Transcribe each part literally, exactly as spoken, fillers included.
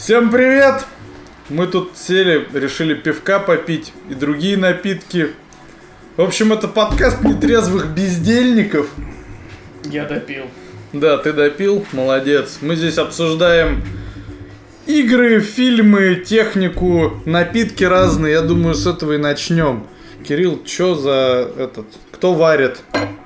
Всем привет! Мы тут сели, решили пивка попить и другие напитки. В общем, это подкаст нетрезвых бездельников. Я допил. Да, ты допил, молодец. Мы здесь обсуждаем игры, фильмы, технику, напитки разные. Я думаю, с этого и начнем. Кирилл, чё за этот? Кто варит?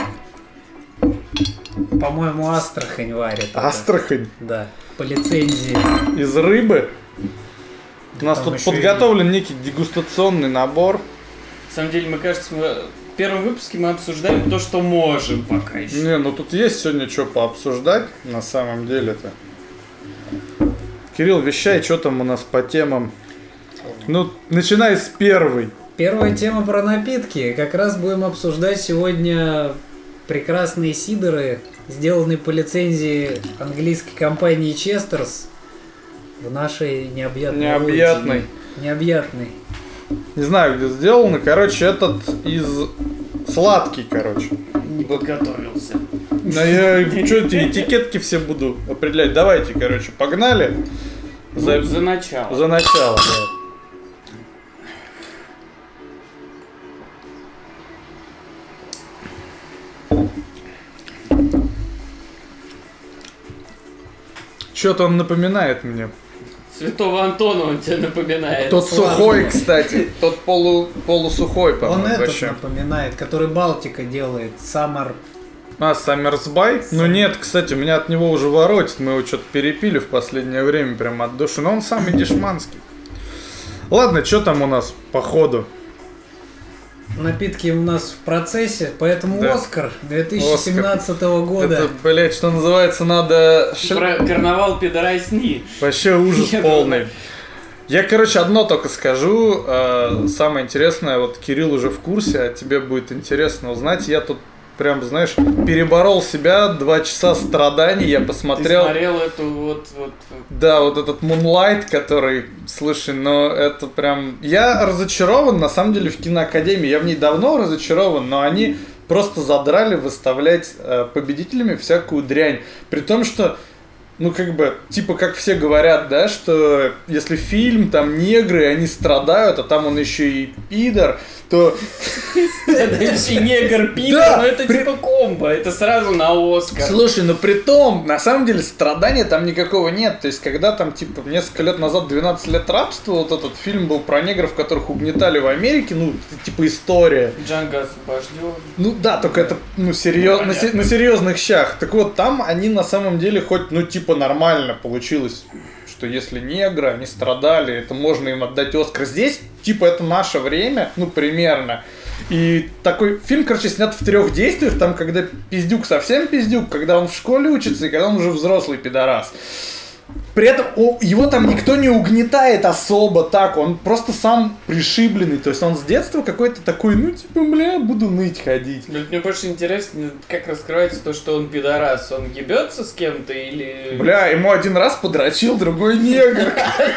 По-моему, Астрахань варит. Астрахань? Это. Да, по лицензии. Из рыбы? У нас Там тут подготовлен и... некий дегустационный набор. На самом деле, мне кажется, мы... в первом выпуске мы обсуждаем то, что можем пока еще. Не, ну тут есть сегодня что пообсуждать, на самом деле-то. Кирилл, вещай, что там у нас по темам. Ну, начинай с первой. Первая тема про напитки. Как раз будем обсуждать сегодня прекрасные сидоры, сделанные по лицензии английской компании Честерс в нашей необъятной Необъятной. родине. Необъятной. Не знаю, где сделано. Короче, этот из... Сладкий, короче. Не подготовился. Да я что, эти этикетки все буду определять. Давайте, короче, погнали. За, за начало. За начало, да. Что-то он напоминает мне. Святого Антона он тебе напоминает. Тот Славно. сухой, кстати. Тот полу, полусухой, по-моему, Он этот вообще. напоминает, который Балтика делает. Summer. А, Саммерсбай? Ну нет, кстати, меня от него уже воротит. Мы его что-то перепили в последнее время прям от души. Но он самый дешманский. Ладно, что там у нас по ходу? Напитки у нас в процессе, поэтому Да. Оскар две тысячи семнадцатого года. Это, блять, что называется, надо... Про карнавал пидорасни. Вообще ужас Я полный. думаю. Я, короче, одно только скажу. Э, самое интересное, вот Кирилл уже в курсе, а тебе будет интересно узнать. Я тут прям, знаешь, переборол себя, два часа страданий, я посмотрел. Ты смотрел эту вот, вот... Да, вот этот Moonlight, который, слушай, но это прям... Я разочарован, на самом деле, в киноакадемии. Я в ней давно разочарован, но они просто задрали выставлять э, победителями всякую дрянь. При том, что, ну, как бы, типа, как все говорят, да, что если фильм, там, негры, они страдают, а там он еще и пидор, то... Следующий негр пидор, Да, но это при- типа комбо, это сразу на Оскар. Слушай, ну при том, на самом деле страдания там никакого нет. То есть, когда там, типа, несколько лет назад, двенадцать лет рабства, вот этот фильм был про негров, которых угнетали в Америке, ну, типа история. Джанго освобожден. Ну да, только это, ну, серьез... на, се- на серьезных щах. Так вот, там они на самом деле хоть, ну, типа, нормально получилось. Что если негры, они страдали, это можно им отдать Оскар. Здесь, типа, это наше время, ну, примерно. И такой фильм, короче, снят в трех действиях, там, когда пиздюк совсем пиздюк, когда он в школе учится и когда он уже взрослый пидорас. При этом о, его там никто не угнетает особо так, он просто сам пришибленный, то есть он с детства какой-то такой, ну, типа, бля, буду ныть ходить. Ну, мне больше интересно, как раскрывается то, что он пидорас. Он ебется с кем-то или... Бля, ему один раз подрочил другой негр.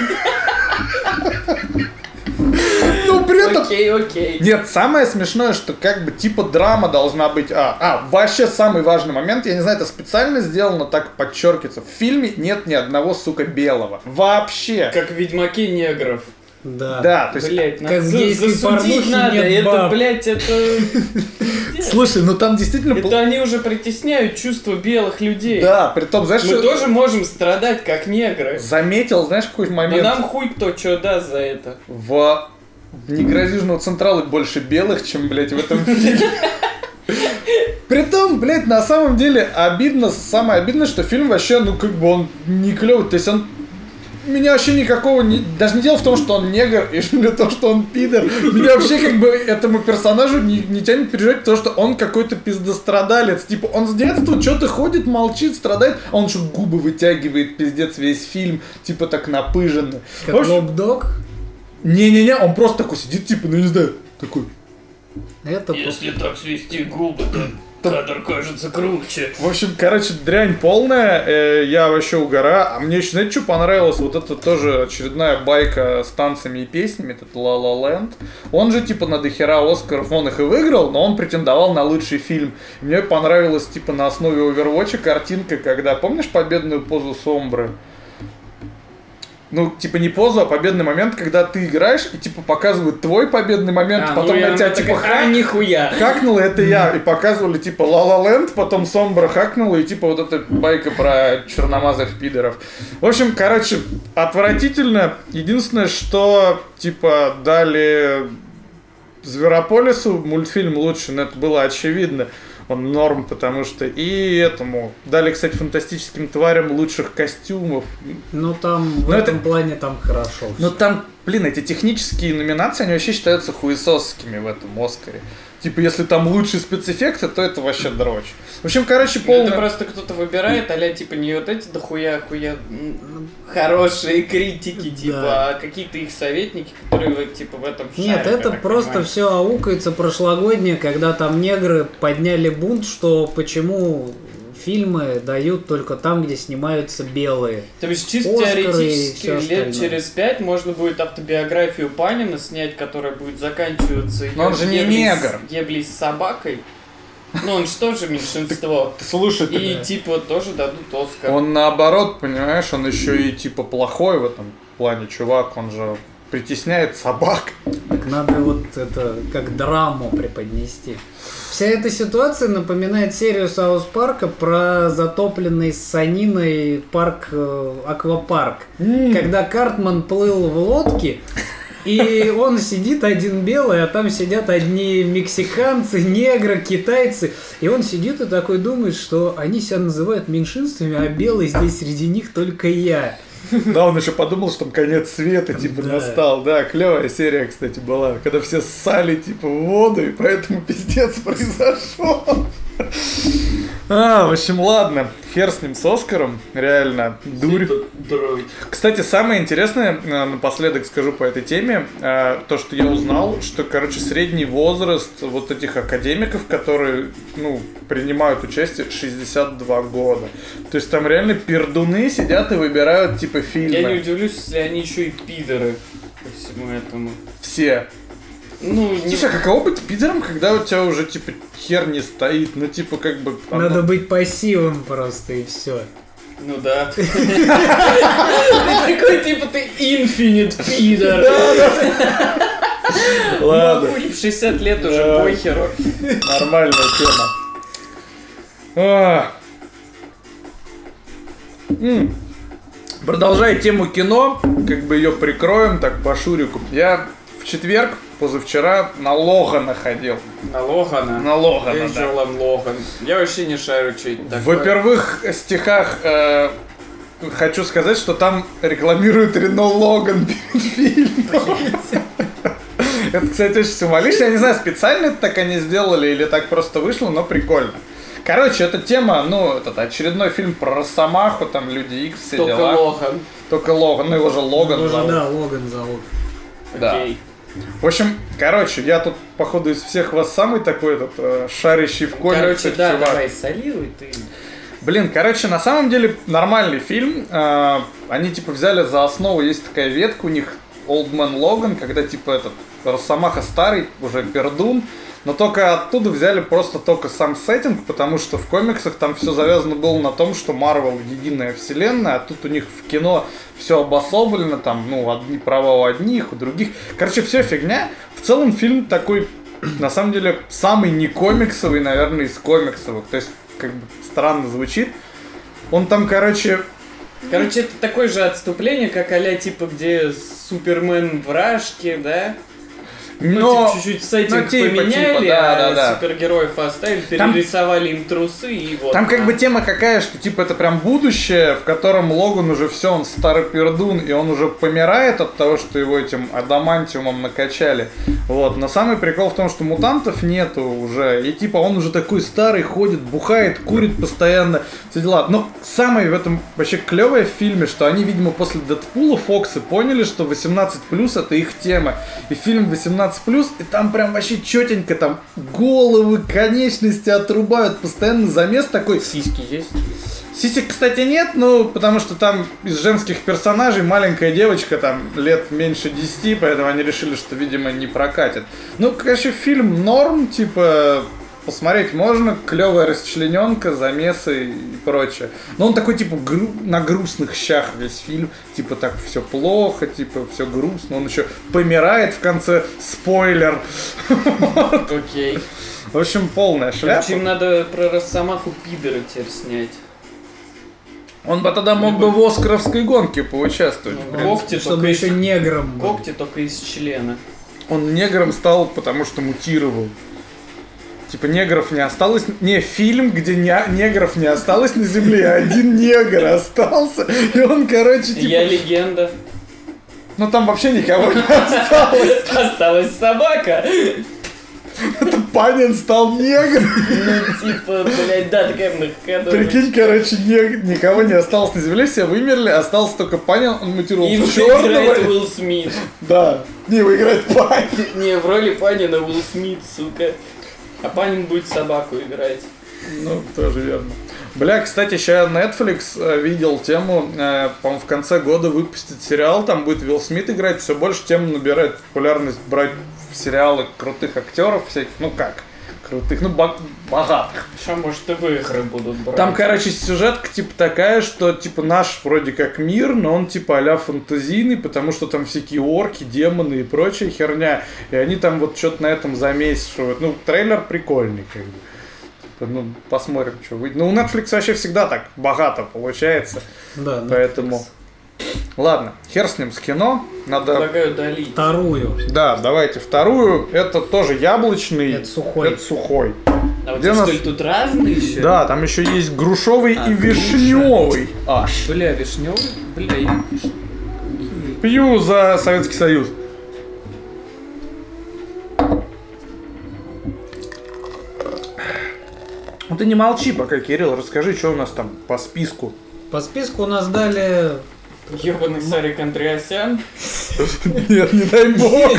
Ну, при этом... Окей, окей. Нет, самое смешное, что как бы типа драма должна быть... А, а, вообще самый важный момент, я не знаю, это специально сделано, так подчеркивается. В фильме нет ни одного, сука, белого. Вообще. Как в Ведьмаке негров. Да. Да, то есть... Блять, как в гейской порнухе надо, нет это, баб. блять, это... Слушай, ну там действительно... Это они уже притесняют чувства белых людей. Да, при том, знаешь, Мы что... тоже можем страдать, как негры. Заметил, знаешь, какой Но момент? нам хуй кто что даст за это. В Негрозижного Централа больше белых, чем, блядь, в этом фильме. Притом, блядь, на самом деле обидно, самое обидное, что фильм вообще, ну, как бы он не клевый, то есть он... Меня вообще никакого, не, даже не дело в том, что он негр, и не то, что он пидор. Меня вообще как бы этому персонажу не, не тянет переживать, потому что он какой-то пиздострадалец. Типа, он с детства что-то ходит, молчит, страдает, а он еще губы вытягивает, пиздец, весь фильм, типа так напыженно. Как В общем, Лоп-Дог. не-не-не, он просто такой сидит, типа, ну не знаю, такой... Это Если так свести губы, то кадр кажется круче. В общем, короче, дрянь полная, э, я вообще угораю. А мне еще, знаете, что понравилось? Вот это тоже очередная байка с танцами и песнями, этот La La Land. Он же, типа, на дохера Оскаров, он их и выиграл, но он претендовал на лучший фильм. И мне понравилась, типа, на основе Overwatch картинка, когда, помнишь победную позу Сомбры? ну, типа не позу, а победный момент, когда ты играешь, и типа показывают твой победный момент, А, потом ну, на тебя она типа такая, а, хак, нихуя. хакнуло, это я, и показывали типа La La Land, потом Сомбра хакнула, и типа вот эта байка про черномазых пидоров. В общем, короче, отвратительно. Единственное, что типа дали Зверополису мультфильм лучше, но это было очевидно. Он норм, потому что и этому дали, кстати, фантастическим тварям лучших костюмов. Ну там в Но этом это- плане там хорошо. Но всё. там, блин, эти технические номинации, они вообще считаются хуесосскими в этом Оскаре. Типа, если там лучшие спецэффекты, то это вообще дрочь. В общем, короче, Ну, полный... это просто кто-то выбирает, а типа не вот эти дохуя хуя м, хорошие критики, типа, Да. а какие-то их советники, которые вот, типа в этом Нет, шарят, я это так просто понимаю. все аукается прошлогоднее, когда там негры подняли бунт, что почему фильмы дают только там, где снимаются белые. То есть чисто Оскары и теоретически всё лет остальное. через пять можно будет автобиографию Панина снять, которая будет заканчиваться Но он же не еблей с- негр. еблей с собакой. Ну он же тоже меньшинство. Слушай, ты- И типа тоже дадут Оскар. он наоборот, понимаешь, он еще и типа плохой в этом плане чувак, он же притесняет собак. Так надо вот это как драму преподнести. Вся эта ситуация напоминает серию Саус Парка про затопленный саниной парк э, аквапарк. Когда Картман плыл в лодке, и он сидит один белый, а там сидят одни мексиканцы, негры, китайцы. И он сидит и такой думает, что они себя называют меньшинствами, а белый здесь среди них только я. Да, он еще подумал, что там конец света, типа, Да. настал. Да, клевая серия, кстати, была, когда все ссали, типа, в воду, и поэтому пиздец произошел. А, в общем, ладно, хер с ним, с Оскаром, реально, дурь. Дрочь. Кстати, самое интересное, э, напоследок скажу по этой теме, э, то, что я узнал, что, короче, средний возраст вот этих академиков, которые, ну, принимают участие, шестьдесят два года. То есть там реально пердуны сидят и выбирают, типа, фильмы. Я не удивлюсь, если они еще и пидоры по всему этому. Все. Ну, не... Слушай, а каково быть пидором, когда у тебя уже, типа, хер не стоит? Ну, типа, как бы... оно- Надо быть пассивом просто и все. Ну да. Ты такой, типа, ты инфинит пидор. Ладно. Ну, в шестьдесят лет уже Да. похеру. Нормальная тема. А. М. Продолжая тему кино, как бы ее прикроем так по шурику. Я в четверг, позавчера, на Логана ходил. На Логана. На Логана, да. Эйджелом Логан. Я вообще не шарю, что это такое. В первых стихах э, хочу сказать, что там рекламируют Рено Логан перед фильмом. Это, кстати, очень символично. Я не знаю, специально это так они сделали или так просто вышло, но прикольно. Короче, эта тема, ну, этот очередной фильм про Росомаху, там Люди Икс, все Только дела. Логан. Только Логан, ну его же Логан Уже, зовут. да, Логан зовут. Да. Окей. В общем, короче, я тут, походу, из всех вас самый такой этот э, шарящий в комиксах Короче, да, чувак. давай, солируй ты. Блин, короче, на самом деле нормальный фильм. Э, Они типа взяли за основу, есть такая ветка у них Old Man Logan, когда типа этот Росомаха старый, уже пердун. Но только оттуда взяли просто только сам сеттинг, потому что в комиксах там все завязано было на том, что Марвел единая вселенная, а тут у них в кино все обособлено, там, ну, одни права у одних, у других. Короче, все фигня. В целом фильм такой, на самом деле, самый не комиксовый, наверное, из комиксовых. То есть, как бы странно звучит. Он там, короче, Короче, это такое же отступление, как а-ля, типа, где Супермен в рашке, да? Ну, но... типа, чуть-чуть сеттинг ну, типа, поменяли, типа, да, а да, да. супергероев оставили, Там- перерисовали им трусы и вот. Там как а. бы тема какая, что типа это прям будущее, в котором Логан уже все, он старый пердун, и он уже помирает от того, что его этим адамантиумом накачали. Вот. Но самый прикол в том, что мутантов нету уже, и типа он уже такой старый, ходит, бухает, курит постоянно, все дела. Но самое в этом вообще клевое в фильме, что они, видимо, после Дэдпула Фоксы поняли, что восемнадцать плюс это их тема. И фильм восемнадцать плюс, и там прям вообще четенько, там головы, конечности отрубают, постоянно замес такой. Сиськи есть? Сисек, кстати, нет, ну, потому что там из женских персонажей маленькая девочка, там, лет меньше десяти, поэтому они решили, что, видимо, не прокатит. Ну, конечно, фильм норм, типа, посмотреть можно, клевая расчлененка, замесы и прочее. Но он такой, типа, гру- на грустных щах весь фильм, типа, так все плохо, типа, все грустно. Он еще помирает в конце, спойлер. Окей. В общем, полная шляпа. Короче, им надо про Росомаху пидора теперь снять. Он бы тогда мог бы в оскаровской гонке поучаствовать. в принципе. Когти Чтобы только еще из... негром был. Когти только из члена. Он негром стал, потому что мутировал. Типа негров не осталось. Не, фильм, где не, негров не осталось на земле, а один негр остался. И он, короче, типа... Я легенда. Ну там вообще никого не осталось. Осталась собака. Это Панин стал негром. Ну, типа, блядь, да, такая многоходовая. Прикинь, короче, не- никого не осталось на земле, все вымерли, остался только Панин, он мутировал И в играет черного. Уилл Смит. Да, не, его играет Панин. Не, в роли Панина Уилл Смит, сука. А Панин будет собаку играть. Ну, тоже верно. Бля, кстати, сейчас Netflix э, видел тему, э, по-моему, в конце года выпустит сериал, там будет Уилл Смит играть, все больше тему набирает популярность брать в сериалы крутых актеров всяких, ну как, крутых, ну бо- богатых. Что, может, и в игры будут брать? Там, короче, сюжетка типа такая, что типа наш вроде как мир, но он типа а-ля фантазийный, потому что там всякие орки, демоны и прочая херня, и они там вот что-то на этом замесивают. Ну, трейлер прикольный, как бы. Ну, посмотрим, что выйдет. Ну, у Netflix вообще всегда так богато получается. Да, Netflix. Поэтому... Ладно, хер с ним с кино. Надо... Предлагаю долить. Вторую. Да, давайте вторую. Это тоже яблочный. Это сухой. Это сухой. А вот Где что нас- ли тут разные еще? Да, там еще есть грушовый А, и груша. вишневый аж. Бля, вишневый? Бля, я... Пью за Советский Союз. Ну ты не молчи пока, Кирилл, расскажи, что у нас там по списку. По списку у нас дали... Ёбаный Сарик Андреасян. Нет, не дай бог.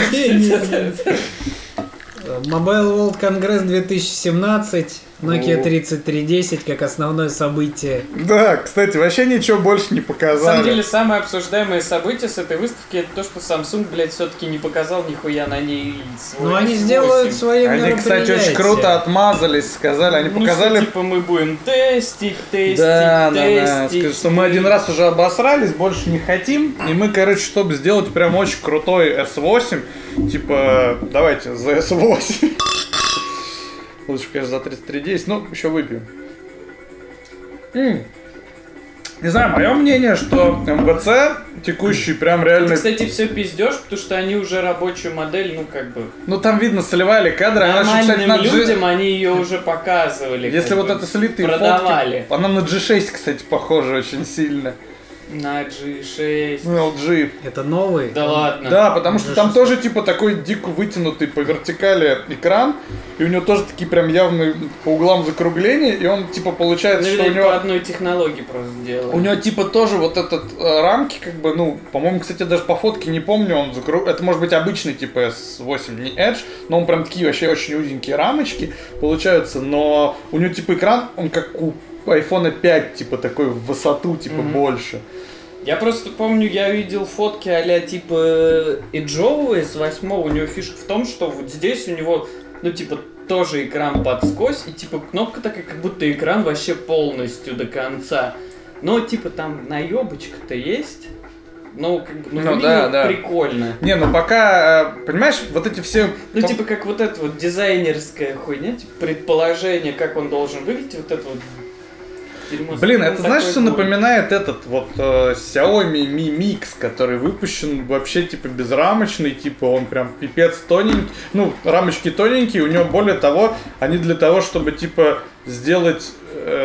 Mobile World Congress две тысячи семнадцать, Nokia тридцать три десять как основное событие. Да, кстати, вообще ничего больше не На самом деле, показали. самое обсуждаемое событие с этой выставки это то, что Samsung, блядь, все-таки не показал нихуя на ней свой Но они эс восемь. сделают свои Они, мероприятия. кстати, очень круто отмазались, сказали, они Ну, показали... что, типа, мы будем тестить, тестить, Да, да, да. тестить. Скажи, что мы один раз уже обосрались, больше не хотим. И мы, короче, чтобы сделать прям очень крутой эс восемь, типа, давайте за эс восемь. Лучше, конечно, за тридцать три десять, ну, еще выпьем. М. Не знаю, мое мнение, что эм вэ цэ текущий прям реально... Это, кстати, все пиздешь, потому что они уже рабочую модель, ну, как бы... Ну, там видно, сливали кадры. Она же, кстати, Нормальным на G... людям они ее уже показывали. Если как вот бы, это слитые продавали. фотки, она на джи шесть, кстати, похожа очень сильно. На джи шесть. Ну, эл джи. Это новый? Да ладно. Да, потому что джи там шесть. тоже типа такой дико вытянутый по вертикали экран, и у него тоже такие прям явные по углам закругления, и он типа получается, Ну, что у видать, него... по одной технологии просто сделали. У него типа тоже вот этот э, рамки, как бы, ну, по-моему, кстати, даже по фотке не помню, он закру... Это может быть обычный типа эс восемь, не Edge, но он прям такие вообще очень узенькие рамочки получаются, но у него типа экран, он как у айфона пять, типа такой в высоту, типа Мгм. больше. Я просто помню, я видел фотки а-ля типа эджового эс восемь, у него фишка в том, что вот здесь у него, ну типа, тоже экран под сквозь, и типа кнопка такая, как будто экран вообще полностью до конца. Но типа там наебочка-то есть, но как бы, ну, Ну, выглядит да, да. прикольно. Не, ну пока, э, понимаешь, вот эти все... Ну типа как вот эта вот дизайнерская хуйня, типа предположение, как он должен выглядеть, вот это вот дерьмо. Блин, Он это знаешь, такой что будет. напоминает этот вот э, Xiaomi Mi Mix, который выпущен вообще типа безрамочный, типа он прям пипец тоненький, ну рамочки тоненькие, у него более того, они для того, чтобы типа сделать,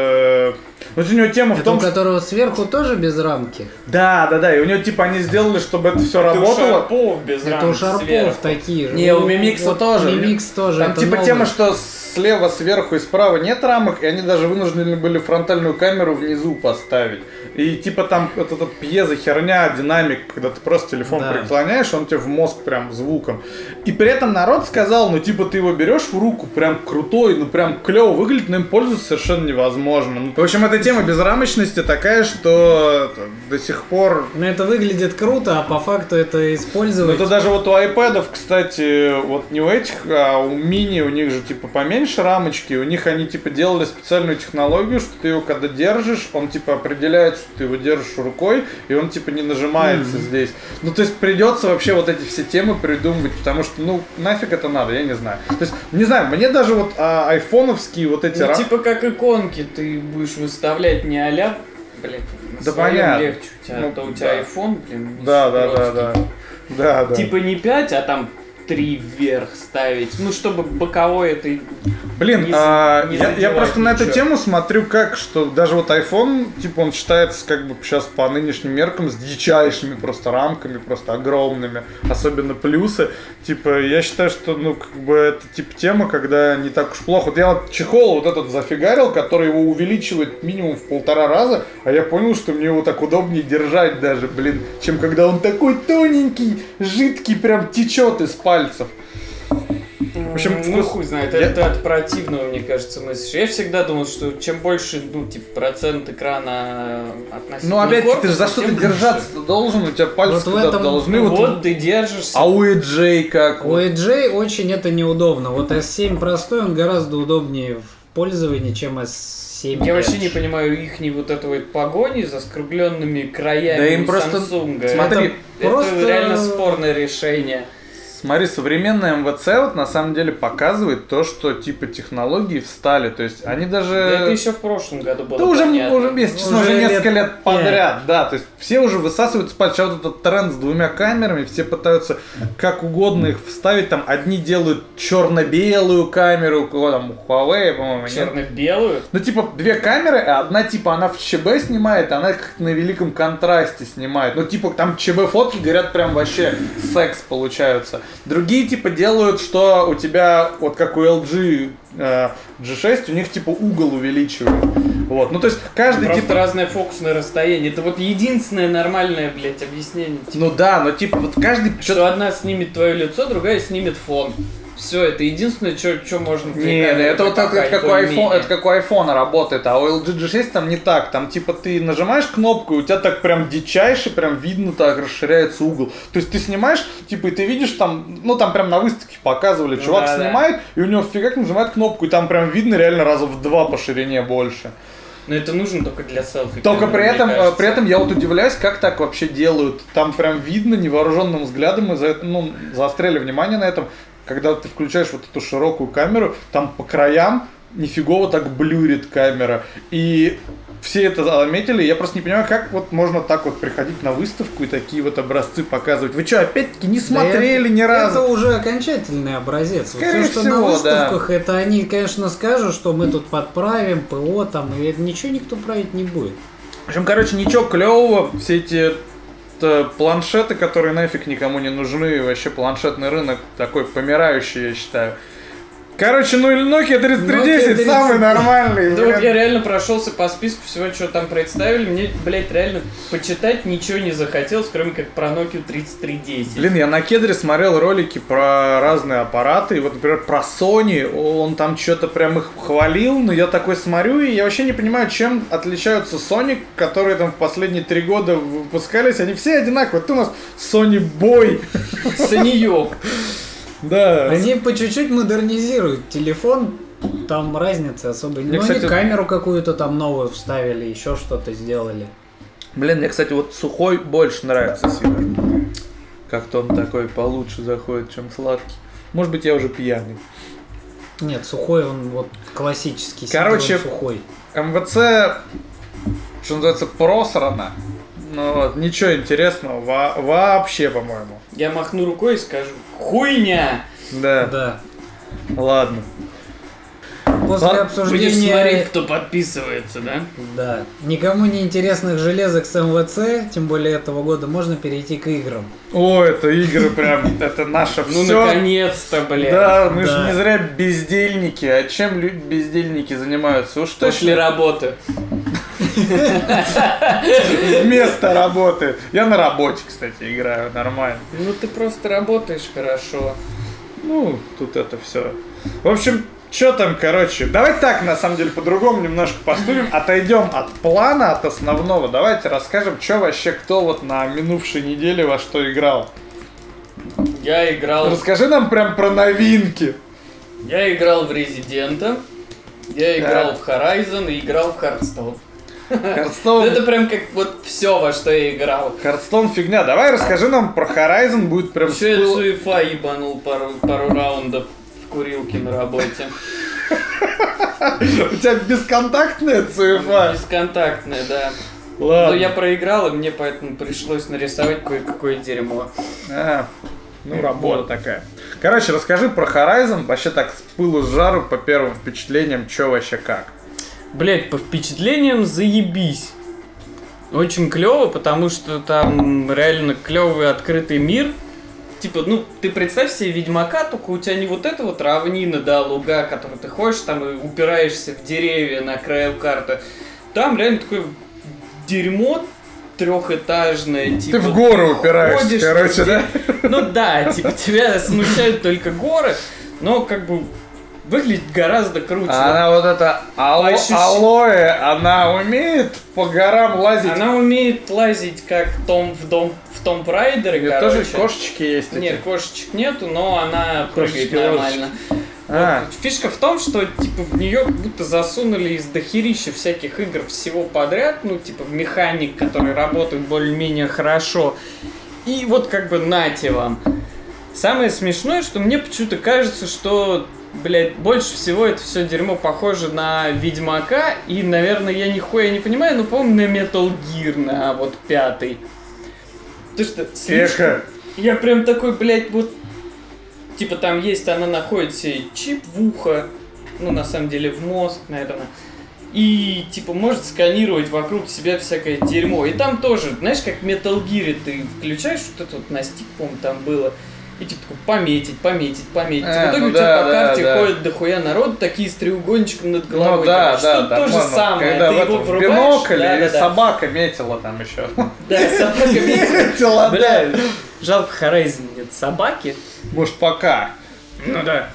э, вот у него тема в Это том, у что... которого сверху тоже без рамки? Да, да, да, и у него типа они сделали, чтобы это все Это у работало. Шарпов без Это у рамок Шарпов сверху. такие же. Не, у Ну, Мимикса вот тоже. Мимикс тоже. Там это типа новый. тема, что слева, сверху и справа нет рамок, и они даже вынуждены были фронтальную камеру внизу поставить. И типа там вот эта пьеза херня, динамик, когда ты просто телефон Да. преклоняешь, он тебе в мозг прям звуком. И при этом народ сказал, ну типа ты его берешь в руку, прям крутой, ну прям клево выглядит, но им пользоваться совершенно невозможно. Ну, в общем, эта тема безрамочности такая, что до сих пор... Ну это выглядит круто, а по факту это Ну использовать... это даже вот у айпэдов, кстати, вот не у этих, а у мини, у них же типа поменьше поменьше рамочки, у них они типа делали специальную технологию, что ты его когда держишь, он типа определяет, что ты его держишь рукой, и он типа не нажимается mm-hmm. здесь. Ну то есть придется вообще вот эти все темы придумывать, потому что ну нафиг это надо, я не знаю. То есть, не знаю, мне даже вот а, айфоновские вот эти... Ну рам... типа как иконки, ты будешь выставлять не а-ля, блядь, на да своем понятно. легче, у тебя, Ну, то у тебя да. iPhone, блин, Да, да, да, да, да, да. Типа не пять, а там три вверх ставить, ну чтобы боковой это... Блин, не, а, не я, я просто на эту ничего. тему смотрю как, что даже вот iPhone, типа он считается как бы сейчас по нынешним меркам с дичайшими просто рамками, просто огромными, особенно плюсы. Типа я считаю, что ну как бы это типа тема, когда не так уж плохо. Вот я вот чехол вот этот зафигарил, который его увеличивает минимум в полтора раза, а я понял, что мне его так удобнее держать даже, блин, чем когда он такой тоненький, жидкий, прям течет из пальцев. В общем, ну хуй знает, я... это от противного, мне кажется, мысли. Я всегда думал, что чем больше, ну, типа, процент экрана относительно ну, опять корпуса, ты же за что-то держаться должен, у тебя пальцы вот этом... должны. Ну, вот, вот ты держишься. А у и джей как? У и джей очень это неудобно. Вот эс семь простой, он гораздо удобнее в пользовании, чем эс семь. Я вообще не понимаю их не вот этой вот погони за скругленными краями да им у просто... Samsung. Смотри, это, просто... это реально спорное решение. Смотри, современная эм вэ цэ вот на самом деле показывает то, что типа технологии встали, то есть они даже... Да это еще в прошлом году было да уже, понятно. уже, если честно, уже, уже несколько лет, лет подряд, да, то есть все уже высасывают спать, сейчас вот этот тренд с двумя камерами, все пытаются как угодно их вставить, там одни делают черно-белую камеру, у кого там, у Huawei, по-моему, черно-белую? Ну типа две камеры, а одна типа она в ЧБ снимает, а она как-то на великом контрасте снимает, ну типа там ЧБ фотки, говорят, прям вообще секс получаются. Другие типа делают, что у тебя, вот как у эл джи э, джи шесть, у них типа угол увеличивают. Вот, ну то есть каждый просто типа... разное фокусное расстояние. Это вот единственное нормальное, блядь, объяснение. Типа, ну да, но типа вот каждый... Что одна снимет твое лицо, другая снимет фон. Все, это единственное, что можно... Не, это вот так, это, как у iPhone, это как у айфона работает, а у эл джи джи шесть там не так. Там типа ты нажимаешь кнопку, и у тебя так прям дичайше, прям видно так расширяется угол. То есть ты снимаешь, типа, и ты видишь там, ну там прям на выставке показывали, ну, чувак да, снимает, да. и у него фигак нажимает кнопку, и там прям видно реально раза в два по ширине больше. Но это нужно только для селфи. Только при этом, при этом я вот удивляюсь, как так вообще делают. Там прям видно невооруженным взглядом, мы за, ну, заостряли внимание на этом. Когда ты включаешь вот эту широкую камеру, там по краям нифигово так блюрит камера. И все это заметили. Я просто не понимаю, как вот можно так вот приходить на выставку и такие вот образцы показывать. Вы что, опять-таки не смотрели да это, ни разу? Это уже окончательный образец. Скорее все, что всего, на выставках, да. это они, конечно, скажут, что мы тут подправим, ПО там, и это ничего никто править не будет. В общем, короче, ничего клевого. Все эти планшеты, которые нафиг никому не нужны, вообще планшетный рынок такой помирающий, я считаю. Короче, ну или Nokia тридцать три десять самый нормальный. Да вот я реально прошелся по списку всего, что там представили. Мне, блядь, реально почитать ничего не захотелось, кроме как про Nokia тридцать три десять. Блин, я на Кедре смотрел ролики про разные аппараты. И вот, например, про Sony. Он там что-то прям их хвалил. Но я такой смотрю, и я вообще не понимаю, чем отличаются Sony, которые там в последние три года выпускались. Они все одинаковые. Вот у нас Sony Boy. Sony. Да. Они по чуть-чуть модернизируют телефон, там разницы особо нет. Ну, кстати, они камеру какую-то там новую вставили, еще что-то сделали. Блин, мне, кстати, вот сухой больше нравится Сидор. Как-то он такой получше заходит, чем сладкий. Может быть, я уже пьяный. Нет, сухой он вот классический. Короче, сухой. эм вэ цэ, что называется, просрано. Ну вот, ничего интересного во- вообще, по-моему. Я махну рукой и скажу: хуйня! Да. Да. Ладно. После Ладно, обсуждения... Будешь смотреть, кто подписывается, да? Да. Никому не интересных железок с эм вэ цэ, тем более этого года, можно перейти к играм. О, это игры прям, это наше все. Ну, наконец-то, блядь. Да, мы Да. же не зря бездельники. А чем люди бездельники занимаются? Уж После точно работы. вместо работы. Я на работе, кстати, играю нормально. Ну, ты просто работаешь хорошо. Ну, тут это все. В общем, что там, короче, давайте так, на самом деле, по-другому немножко поступим. Отойдем от плана, от основного. Давайте расскажем, что вообще, кто вот на минувшей неделе во что играл. Я играл... Расскажи нам прям про новинки. Я играл в Резидента, я играл в Horizon и играл в Hearthstone. Hearthstone... Это прям как вот все, во что я играл. Hearthstone фигня. Давай расскажи нам про Horizon, будет прям... Еще я Цуефа ебанул пару, пару раундов в курилке на работе. У тебя бесконтактная Цуефа? Бесконтактная, да. Ладно. Но я проиграл, и мне поэтому пришлось нарисовать кое-какое дерьмо. А, ну, работа вот такая. Короче, расскажи про Horizon, вообще так с пылу с жару, по первым впечатлениям, чё вообще как. Блять, по впечатлениям заебись. Очень клево, потому что там реально клевый открытый мир. Типа, ну, ты представь себе Ведьмака, только у тебя не вот эта вот равнина, да, луга, которую ты ходишь там и упираешься в деревья на краю карты. Там реально такое дерьмо трехэтажное. Типа, ты в горы упираешься, ходишь, короче, да? Ну да, типа, тебя смущают только горы, но как бы выглядит гораздо круче. А она вот эта ало- ощущ- алоэ, она умеет по горам лазить? Она умеет лазить как Том в дом в Tomb Raider, И короче. тоже кошечки есть эти? Нет, кошечек нету, но она прыгает Кошечки, нормально. А. Вот. Фишка в том, что типа в нее как будто засунули из дохерища всяких игр всего подряд, ну типа механик, которые работают более-менее хорошо. И вот как бы нате вам. Самое смешное, что мне почему-то кажется, что, блядь, больше всего это все дерьмо похоже на Ведьмака, и, наверное, я нихуя не понимаю, но, по-моему, на Metal Gear, на вот пятый. Потому что слишком... Эхо. Я прям такой, блядь, вот... Типа там есть, она находит себе чип в ухо, ну, на самом деле, в мозг, наверное. И, типа, может сканировать вокруг себя всякое дерьмо. И там тоже, знаешь, как в Metal Gear ты включаешь, вот это вот на стик, по-моему, там было. И типа такой, пометить, пометить, пометить. А, в итоге ну у тебя да, по да, карте да. ходят дохуя народ, такие с треугольничком над головой. Ну да, короче. да, Тут да. то же по-моему, самое. Когда Ты в его этом, в врубаешь, бинокль да, или да, да. собака метила там еще. Да, собака метила. Метила, Бля, да. жалко, Horizon нет собаки. Может, пока. Ну да.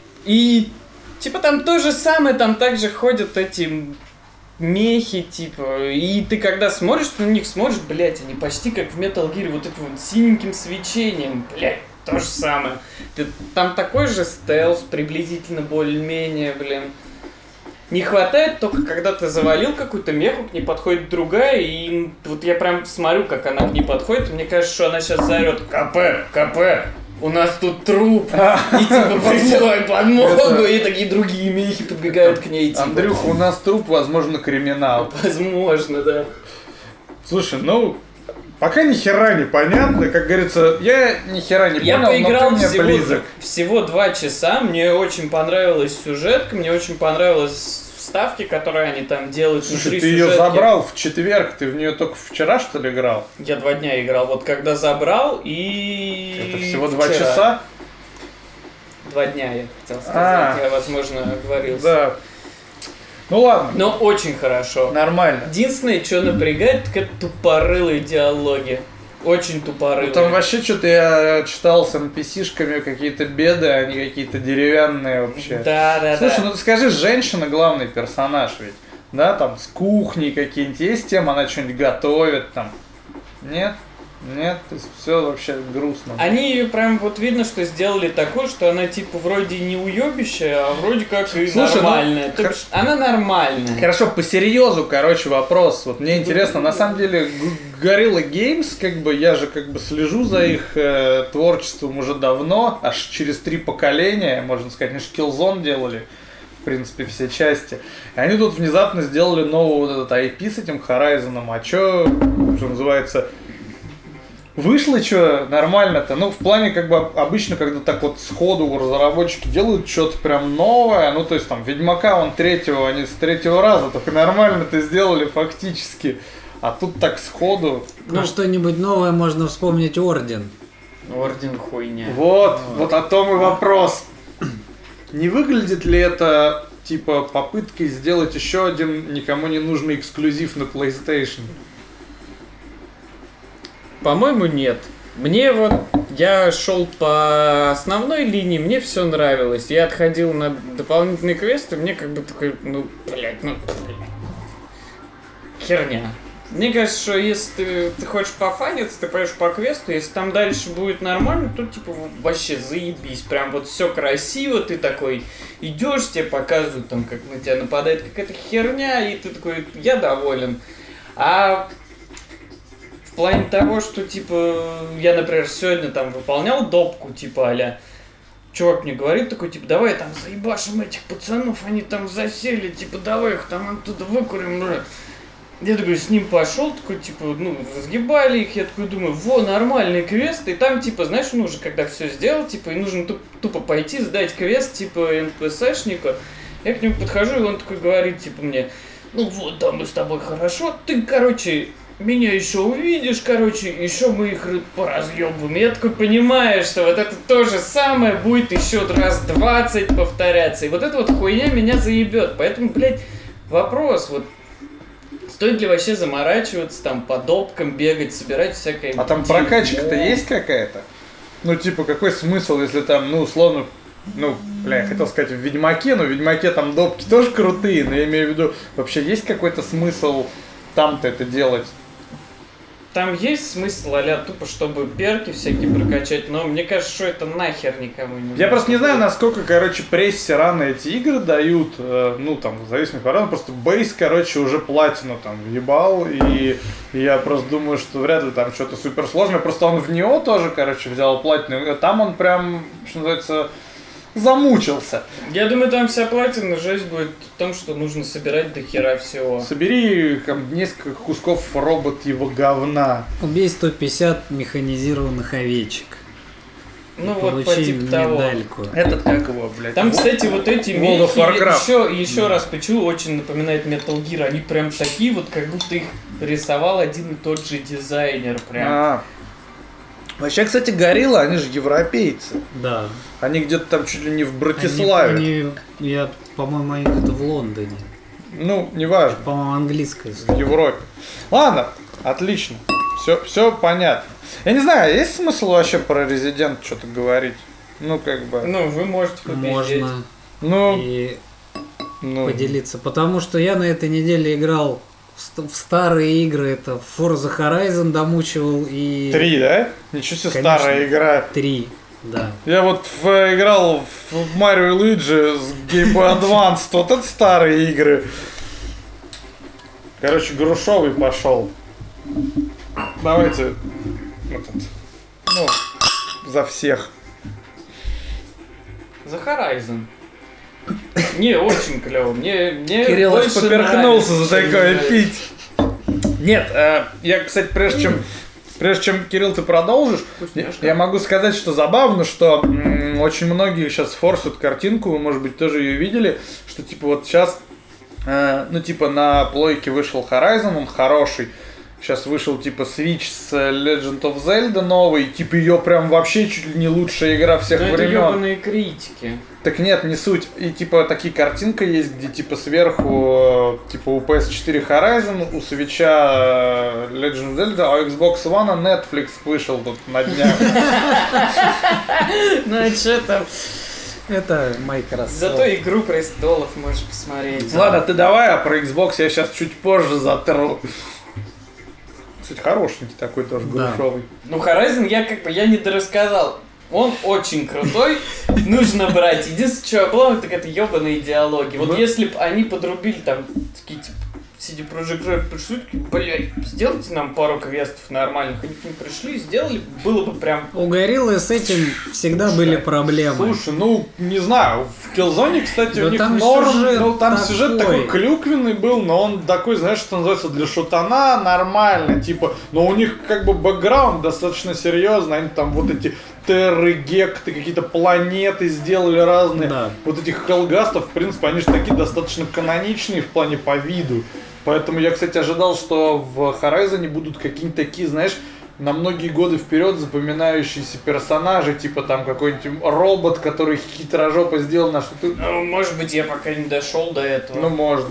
И типа там то же самое, там также ходят эти мехи, типа, и ты когда смотришь на них, смотришь, блять, они почти как в Metal Gear, вот этим вот синеньким свечением, блять, то же самое. Ты, там такой же стелс, приблизительно более-менее, блин. Не хватает только, когда ты завалил какую-то меху, к ней подходит другая, и вот я прям смотрю, как она к ней подходит, и мне кажется, что она сейчас заорет КП, КП, у нас тут труп, и типа призывай подмогу, и такие другие мехи подбегают к ней, типа. Андрюха, у нас труп, возможно, криминал. Возможно, да. Слушай, ну, пока ни хера не понятно, как говорится, я ни хера не Я понял, поиграл но ты мне всего, близок. всего два часа, мне очень понравилась сюжетка, мне очень понравилась вставки, которые они там делают. Слушай, ты ее забрал в четверг, ты в нее только вчера, что ли, играл? Я два дня играл, вот когда забрал и... Это всего два вчера. часа? Два дня, я хотел сказать, А. я, возможно, оговорился. Да. Ну ладно, Но очень хорошо. нормально. Единственное, что напрягает, так это тупорылые диалоги. Очень тупорылые. Ну, там вообще что-то я читал с эн пи си-шками какие-то беды, они какие-то деревянные вообще. Да, да, Слушай, да. ну ты скажи, женщина главный персонаж ведь, да, там с кухней какие-нибудь есть темы, она что-нибудь готовит там, нет? Нет, то есть все вообще грустно. Они ее прям вот видно, что сделали такой, что она типа вроде не уебище, а вроде как и Слушай, ну, нормальная. То хор- бишь, она нормальная. Хорошо, по серьезу, короче, вопрос. Вот мне интересно, на самом деле, Guerrilla Games, как бы, я же как бы слежу за их э, творчеством уже давно, аж через три поколения, можно сказать, они же Killzone делали, в принципе, все части. И они тут внезапно сделали новый вот этот ай пи с этим Horizon, а чё, что называется... Вышло что нормально-то, ну в плане как бы обычно, когда так вот сходу разработчики делают что-то прям новое, ну то есть там Ведьмака он третьего, они с третьего раза только нормально-то сделали фактически, а тут так сходу. Ну, что-нибудь новое можно вспомнить Орден. Орден хуйня. Вот, вот о том и вопрос. Не выглядит ли это типа попыткой сделать еще один никому не нужный эксклюзив на PlayStation? По-моему, нет. Мне вот, я шел по основной линии, мне все нравилось. Я отходил на дополнительные квесты, мне как бы такой, ну, блядь, ну, блядь. Херня. Мне кажется, что если ты, ты хочешь пофаниться, ты пойдешь по квесту, если там дальше будет нормально, то типа вообще заебись. Прям вот все красиво, ты такой идешь, тебе показывают там, как на тебя нападает какая-то херня, и ты такой, я доволен. А в плане того, что типа я, например, сегодня там выполнял допку, типа а-ля, чувак мне говорит такой, типа, давай там заебашим этих пацанов, они там засели, типа, давай их там оттуда выкурим, бля. Я такой с ним пошел, такой, типа, ну, разгибали их, я такой думаю, во, нормальный квест, и там, типа, знаешь, ну, уже когда все сделал, типа, и нужно туп- тупо пойти, сдать квест, типа, эн пи эс-шника, я к нему подхожу, и он такой говорит, типа, мне, ну, вот, да, мы с тобой хорошо, ты, короче, меня еще увидишь, короче, еще мы их поразъебываем. Я такой понимаю, что вот это то же самое будет еще раз двадцать повторяться, и вот эта вот хуйня меня заебет, поэтому, блядь, вопрос, вот, стоит ли вообще заморачиваться, там, по допкам бегать, собирать всякое... А там прокачка-то есть какая-то? Ну, типа, какой смысл, если там, ну, условно, ну, бля, я хотел сказать в Ведьмаке, но в Ведьмаке там допки тоже крутые, но я имею в виду, вообще есть какой-то смысл там-то это делать? Там есть смысл, а-ля тупо, чтобы перки всякие прокачать, но мне кажется, что это нахер никому не нужно. Я просто не знаю, насколько, короче, прессе рано эти игры дают, э, ну, там, в зависимости от, просто бейс, короче, уже платину там въебал, и, и я просто думаю, что вряд ли там что-то суперсложное, просто он в НИО тоже, короче, взял платину, там он прям, что называется, замучился. Я думаю, там вся платина жесть будет в том, что нужно собирать до хера всего. Собери там несколько кусков роботьего говна. Убей сто пятьдесят механизированных овечек. Ну и вот по типу того. медальку. Этот как его, блядь? Там, кстати, вот эти World of мехи, Warcraft. еще, еще раз почему очень напоминает Metal Gear. Они прям такие вот, как будто их рисовал один и тот же дизайнер. Прям. А. Вообще, кстати, Горилла, они же европейцы. Да. Они где-то там чуть ли не в Братиславе. Они, они, я, по-моему, они где-то в Лондоне. Ну, неважно. По-моему, английская. В Европе. Ладно, отлично. Все, все понятно. Я не знаю, есть смысл вообще про Резидент что-то говорить? Ну, как бы... Ну, вы можете победить. Можно Ну, и ну, поделиться. Потому что я на этой неделе играл в, ст- в старые игры. Это Forza Horizon домучивал и... три, да? Ничего себе, Конечно. старая игра. Три, да. Я вот в, играл в Марио и Луиджи с Game Boy Advance. Вот это старые игры. Короче, грушовый пошел. Давайте этот, ну, за всех. За Horizon. Не, очень клево. Мне, мне Кирилл аж больше поперхнулся нравится, за такое чем пить. Нет, э, я, кстати, прежде чем, прежде чем, Кирилл, ты продолжишь, я, я могу сказать, что забавно, что м, очень многие сейчас форсят картинку, вы, может быть, тоже ее видели, что, типа, вот сейчас, э, ну, типа, на плойке вышел Horizon, он хороший. Сейчас вышел, типа, Switch с Legend of Zelda новый, типа, ее прям вообще чуть ли не лучшая игра всех Но времен. это ебаные критики. Так нет, не суть. И типа такие картинка есть, где типа сверху типа у пи эс четыре Horizon, у Switch'а Legend of Zelda, а у Xbox One Netflix вышел тут на днях. Ну а что там? Это Microsoft. Зато Игру престолов можешь посмотреть. Ладно, ты давай, а про Xbox я сейчас чуть позже затру. Кстати, хорошенький такой тоже, Да. грушовый. Ну Horizon я как бы, я не дорассказал. Он очень крутой, нужно брать. Единственное, что обломок, так это ебаные диалоги. Вот Ну. если бы они подрубили там такие, типа, си ди Projekt Red пришли, такие, блядь, сделайте нам пару квестов нормальных. Они к ним пришли, сделали, было бы прям... У Гориллы с этим всегда были проблемы. Слушай, ну, не знаю, в Killzone, кстати, Да у них там норм, сюжет ну, там такой. сюжет такой клюквенный был, но он такой, знаешь, что называется, для шутана нормально, типа, но у них как бы бэкграунд достаточно серьезный, они там вот эти терры, гекты, какие-то планеты сделали разные, Да. вот этих хелгастов, в принципе, они же такие достаточно каноничные в плане по виду, поэтому я, кстати, ожидал, что в Horizon будут какие-нибудь такие, знаешь, на многие годы вперед запоминающиеся персонажи, типа там какой-нибудь робот, который хитрожопо сделан, а что ты... Ну, может быть, я пока не дошел до этого. Ну, может быть.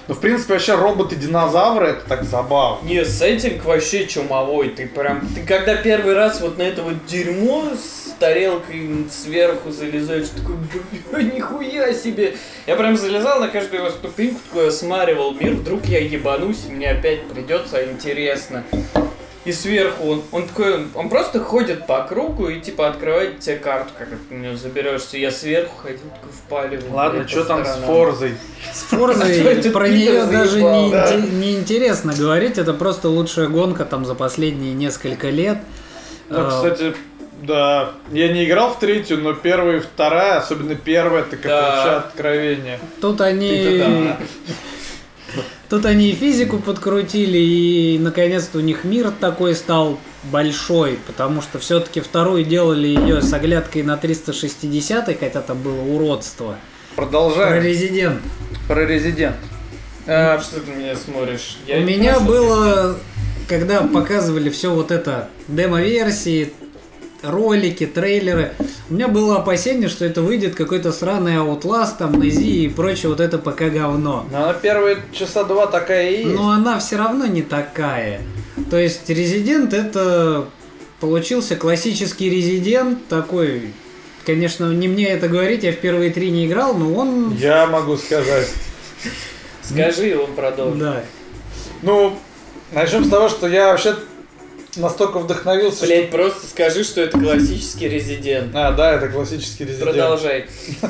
Но, в принципе, вообще роботы-динозавры, это так забавно. Не, сеттинг вообще чумовой. Ты прям, ты когда первый раз вот на это вот дерьмо с тарелкой сверху залезаешь, такой, бля, нихуя себе. Я прям залезал на каждую его ступеньку, такой осматривал мир, вдруг я ебанусь, и мне опять придется, интересно. И сверху он, он такой, он просто ходит по кругу и типа открывает тебе карту, как ты на нее заберешься. Я сверху ходил, такой впаливал. Ладно, что там с Форзой? С Форзой про нее даже не, не интересно говорить, это просто лучшая гонка там за последние несколько лет. Ну, кстати, да, я не играл в третью, но первая и вторая, особенно первая, это как Да. вообще откровение. Тут они... Ты-то да. Тут они и физику подкрутили, и наконец-то у них мир такой стал большой, потому что все-таки вторую делали ее с оглядкой на триста шестьдесят, хотя там было уродство. Про Продолжаем. Резидент. Про Резидент. А, что ты на меня смотришь? Я У не меня прошел. было, когда показывали все вот это, демо-версии, ролики, трейлеры, у меня было опасение, что это выйдет какой-то сраный Outlast, там, Нези и прочее вот это ПК говно. Но она первые часа два такая и есть. Но она все равно не такая. То есть Резидент это получился классический Резидент, такой, конечно, не мне это говорить, я в первые три не играл, но он... Я могу сказать. Скажи, и он продолжит. Да. Ну, начнем с того, что я вообще настолько вдохновился, Блять, просто скажи, что это классический Резидент. что... А, да, это классический Резидент. Продолжай.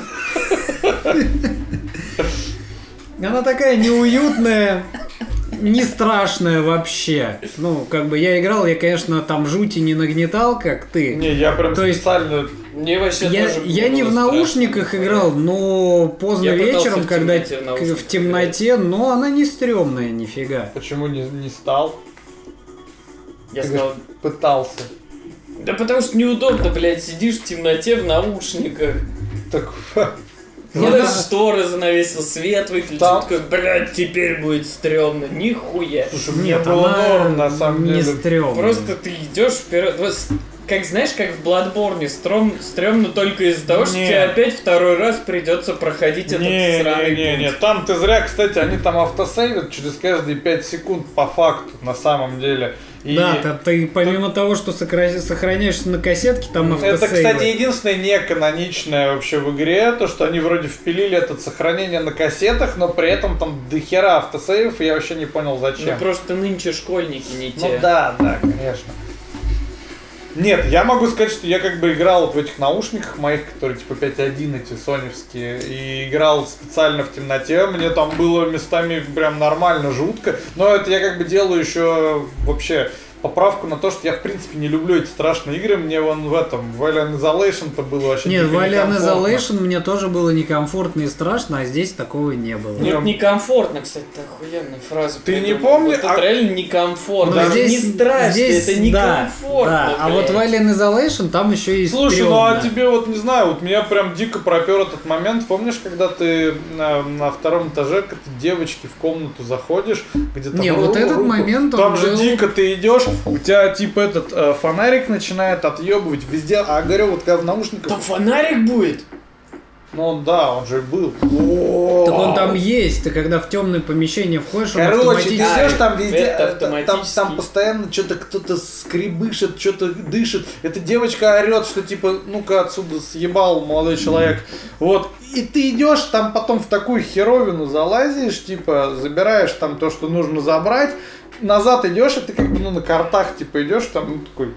Она такая неуютная, не страшная вообще. Ну, как бы я играл, я, конечно, там жути не нагнетал, как ты. Не, я прям То есть- специально... Мне вообще Я, тоже я не было в страшно. наушниках играл, но поздно Я пытался вечером, в когда темноте в к- наушниках в темноте, но она не стрёмная нифига. Почему не, не стал? Я Ты сказал, говоришь, пытался. да потому что неудобно, блядь, сидишь в темноте в наушниках. Так, Я Я даже да- шторы занавесил, свет выключил, Там- такой, блядь, теперь будет стрёмно. Нихуя. слушай, мне Нет, было она норм, на самом не деле. стрёмная. Просто ты идешь вперед. Вот с- Как знаешь, как в Bloodborne, стрём, стрёмно только из-за того, что Не. тебе опять второй раз придется проходить этот Не, сраный не, не, путь. не, там ты зря, кстати, они там автосейвят через каждые пять секунд по факту, на самом деле. И Да, та- ты помимо того, что сокра- сохраняешься на кассетке, там это, автосейвы. кстати, единственное неканоничное вообще в игре, то, что они вроде впилили это сохранение на кассетах, но при этом там дохера автосейвов, и я вообще не понял, Ну зачем. просто нынче школьники не Ну те. да, да, конечно. Нет, я могу сказать, что я как бы играл вот в этих наушниках моих, которые типа пять один эти соневские, и играл специально в темноте, мне там было местами прям нормально жутко, но это я как бы делаю еще вообще поправку на то, что я в принципе не люблю эти страшные игры, мне вон в этом, в Alien Isolation-то было вообще Нет, дико в Alien некомфортно. Isolation мне тоже было некомфортно и страшно, а здесь такого не было. Ну, это некомфортно, кстати, это охуенная фраза. Ты не придумал. помни- Вот это а- реально некомфортно. Но Даже здесь- не страшно, здесь, это да, некомфортно. да. А вот в блядь. Alien Isolation там еще и Слушай, ну стрёмно. а тебе вот не знаю, вот меня прям дико пропер этот момент. Помнишь, когда ты на, на втором этаже к этой девочке в комнату заходишь, где там Не, вот ру- этот руку, момент, он там же был- дико ты идешь, у тебя типа этот э, фонарик начинает отъебывать везде. А говорю, вот когда в наушниках. Там фонарик будет? Ну он, да, он же был. Так он там есть, ты когда в темное помещение входишь, он Короче, ты автоматически... идешь там везде, это э, там, автоматически. там постоянно что-то кто-то скребышит, что-то дышит. Эта девочка орет, что типа, ну-ка отсюда съебал молодой человек. Вот. И ты идешь, там потом в такую херовину залазишь, типа, забираешь там то, что нужно забрать, назад идешь, и ты как бы ну, на картах типа идешь, там ну, такой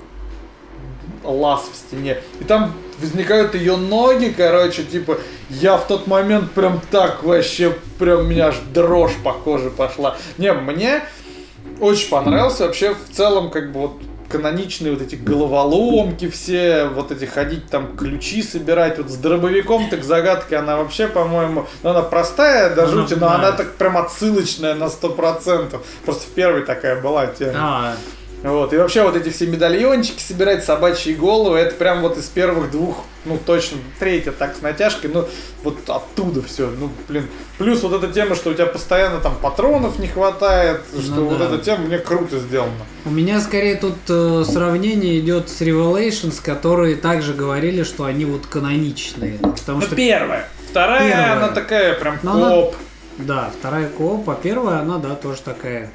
лаз в стене. И там возникают ее ноги, короче, типа, я в тот момент прям так вообще, прям у меня аж дрожь по коже пошла. Не, мне очень понравился вообще в целом, как бы вот каноничные вот эти головоломки все, вот эти ходить там ключи собирать, вот с дробовиком так загадка, она вообще, по-моему, ну, она простая до Она, жути, но да. она так прям отсылочная на сто процентов. Просто в первой такая была тема. А, Вот, и вообще вот эти все медальончики собирать, собачьи головы, это прям вот из первых двух, ну точно, третья так с натяжкой, ну вот оттуда все, ну блин. Плюс вот эта тема, что у тебя постоянно там патронов не хватает, что Ну вот да. эта тема мне круто сделана. у меня скорее тут э, сравнение идет с Revelations, которые также говорили, что они вот каноничные. Потому Ну что первая. Вторая, Первая. она такая прям Но она- коп. Да, вторая кооп, а первая, она, да, тоже такая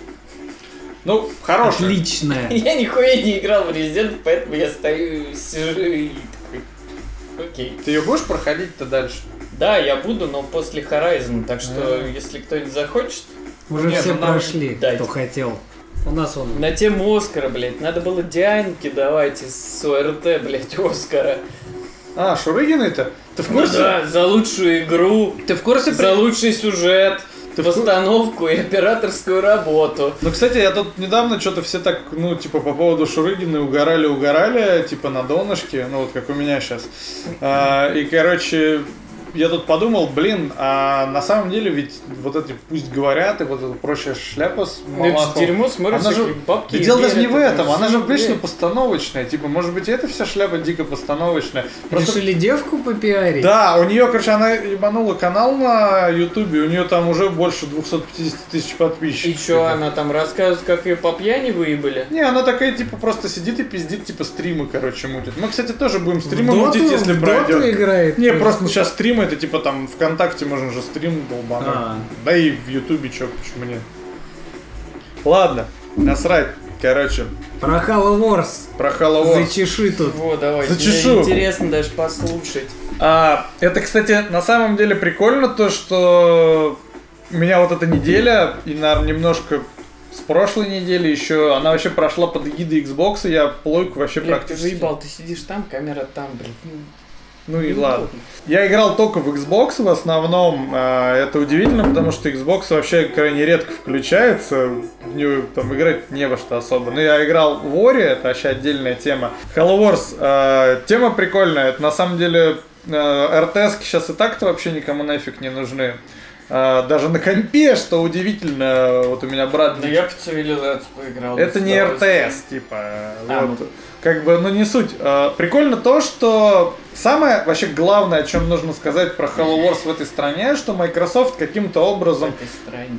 Ну, хорошая. отличная. Я нихуя не играл в Resident, поэтому я стою, сижу и такой, окей. Ты ее будешь проходить-то дальше? Да, я буду, но после Horizon, так что А. если кто-нибудь захочет, Уже Нет, все ну нам прошли, дайте. кто хотел. У нас он... на тему Оскара, блядь, надо было Дианке давать из ОРТ, блядь, Оскара. А, Шурыгиной-то? Ты в Ну курсе? да, за лучшую игру, Ты в курсе? за лучший сюжет, Ты в кур- постановку и операторскую работу. Ну, кстати, я тут недавно что-то все так, ну, типа, по поводу Шурыгина угорали-угорали, типа, на донышке, ну, вот как у меня сейчас. А, и, короче, я тут подумал, блин, а на самом деле ведь вот эти пусть говорят, и вот эта прочая шляпа с Ну, это же Малаховым, дерьмо, смотришь, она же, всякие бабки. и дело даже не верят, в это этом, она же всё, вечно блядь. постановочная, типа, может быть, это вся шляпа дико постановочная. Просто- Решили девку попиарить? Да, у нее, короче, она ебанула канал на Ютубе, у нее там уже больше двести пятьдесят тысяч подписчиков. И чё, она там рассказывает, как ее по пьяни выебали? Не, она такая, типа, просто сидит и пиздит, типа, стримы, короче, мутит. Мы, кстати, тоже будем В стримы доту- мутить, если в доту пройдет. играет? Не, просто сейчас стримы, это, типа, там, ВКонтакте можно же стрим долбануть. А. Да и в Ютубе, чё, почему нет. Ладно, насрать. Короче, Про Halo Wars. про Halo Wars. Зачеши тут. Вот, давай. Зачешу. Мне интересно даже послушать. А, это, кстати, на самом деле прикольно, то, что у меня вот эта неделя, и, наверное, немножко с прошлой недели еще, она вообще прошла под эгидой Xbox, и я плойку вообще Блядь, ты практически... заебал, ты сидишь там, камера там, блядь. Ну, Ну и ну, ладно. Я играл только в Xbox в основном. а, Это удивительно, потому что Xbox вообще крайне редко включается. В нее там играть не во что особо. Но я играл в Ori, это вообще отдельная тема. Halo Wars. а, Тема прикольная. Это на самом деле эр ти эс-ки сейчас и так-то вообще никому нафиг не нужны. А, Даже на компе, что удивительно, вот у меня брат... Ну я в цивилизацию поиграл. Это с не эр ти удовольствием. эс, типа, А, вот, ну. как бы, ну не суть. А, Прикольно то, что самое вообще главное, о чем нужно сказать про Halo Wars в этой стране, что Microsoft каким-то В образом, этой стране.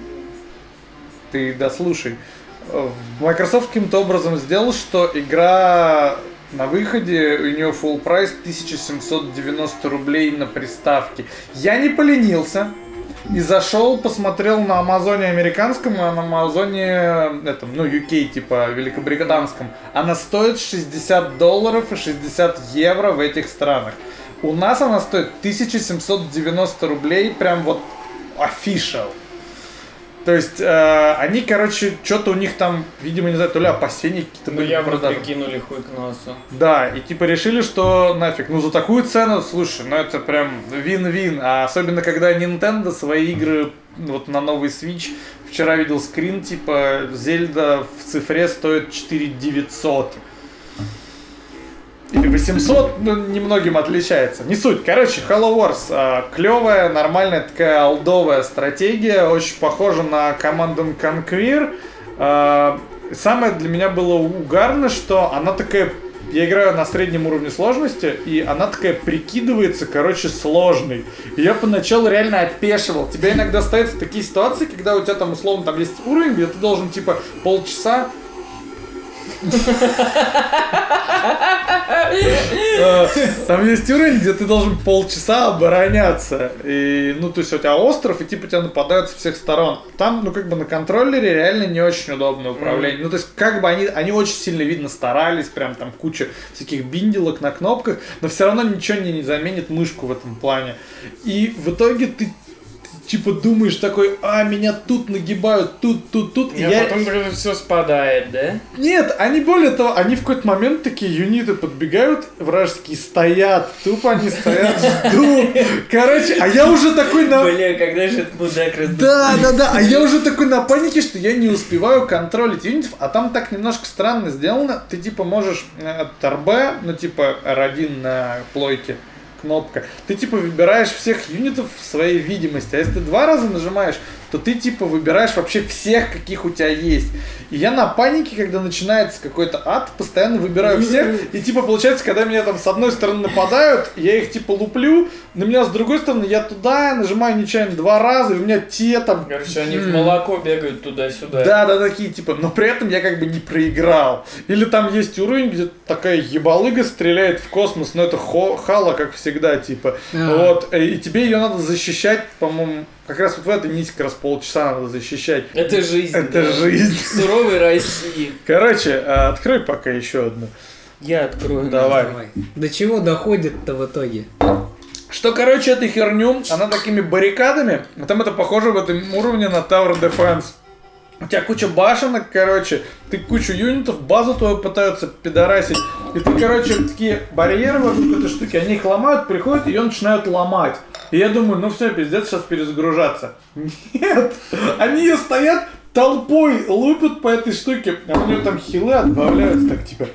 ты дослушай, э, Microsoft каким-то образом сделал, что игра на выходе, у нее full прайс тысяча семьсот девяносто рублей на приставке. Я не поленился. И зашел, посмотрел на Амазоне американском, а на Амазоне этом, ну, ю кей, типа, великобританском. Она стоит шестьдесят долларов и шестьдесят евро в этих странах. У нас она стоит тысяча семьсот девяносто рублей, прям вот official. То есть, э, они, короче, что-то у них там, видимо, не знаю, то ли опасения какие-то Ну были я по вроде продажам. кинули хуй к носу. Да, и типа решили, что нафиг, ну за такую цену, слушай, ну это прям вин-вин, а особенно когда Nintendo свои игры вот на новый Switch, вчера видел скрин, типа Зельда в цифре стоит четыре тысячи девятьсот. Или восемьсот, ну, немногим отличается. Не суть. Короче, Halo Wars а, клевая, нормальная такая олдовая стратегия, очень похожа на Command and Conquer. А, самое для меня было угарно, что она такая... Я играю на среднем уровне сложности, и она такая прикидывается, короче, сложной. И я поначалу реально опешивал. Тебя иногда ставят в такие ситуации, когда у тебя там условно там есть уровень, где ты должен типа полчаса Там есть уровень, где ты должен полчаса обороняться. И, ну, то есть у тебя остров, и типа тебя нападают с всех сторон. Там, ну, как бы на контроллере реально не очень удобное управление. Mm. Ну, то есть, как бы они, они очень сильно, видно, старались, прям там куча всяких бинделок на кнопках, но все равно ничего не, не заменит мышку в этом плане. И в итоге ты типа думаешь такой, а, меня тут нагибают, тут, тут, тут. И я... потом все спадает, да? Нет, они более того, они в какой-то момент такие юниты подбегают, вражеские стоят, тупо они стоят, ждут. Короче, а я уже такой на... Бля, когда же этот мудак раздут? Да, да, да, а я уже такой на панике, что я не успеваю контролить юнитов, а там так немножко странно сделано. Ты типа можешь от эр би, ну типа эр один на плойке, кнопка. Ты типа выбираешь всех юнитов в своей видимости. А если ты два раза нажимаешь, то ты типа выбираешь вообще всех, каких у тебя есть. И я на панике, когда начинается какой-то ад, постоянно выбираю всех. И типа получается, когда меня там с одной стороны нападают, я их типа луплю, на меня с другой стороны я туда нажимаю нечаянно два раза, и у меня те там... Короче, они в молоко бегают туда-сюда. Да, да, такие типа, но при этом я как бы не проиграл. Или там есть уровень, где такая ебалыга стреляет в космос, но это Хало, как всегда. всегда, типа. А. Вот, и тебе ее надо защищать, по-моему, как раз вот в этой нити как раз полчаса надо защищать. Это жизнь. Это да. жизнь. В суровой России. Короче, открой пока еще одну. Я открою. Давай. Давай. До чего доходит-то в итоге? Что, короче, эту херню, она такими баррикадами, а там это похоже в этом уровне на Tower Defense. У тебя куча башенок, короче, ты кучу юнитов, базу твою пытаются пидорасить. И ты, короче, такие барьеры вокруг этой штуки, они их ломают, приходят, ее начинают ломать. И я думаю, ну все, пиздец, сейчас перезагружаться. Нет, они ее стоят толпой, лупят по этой штуке, а у нее там хилы отбавляются, так типа...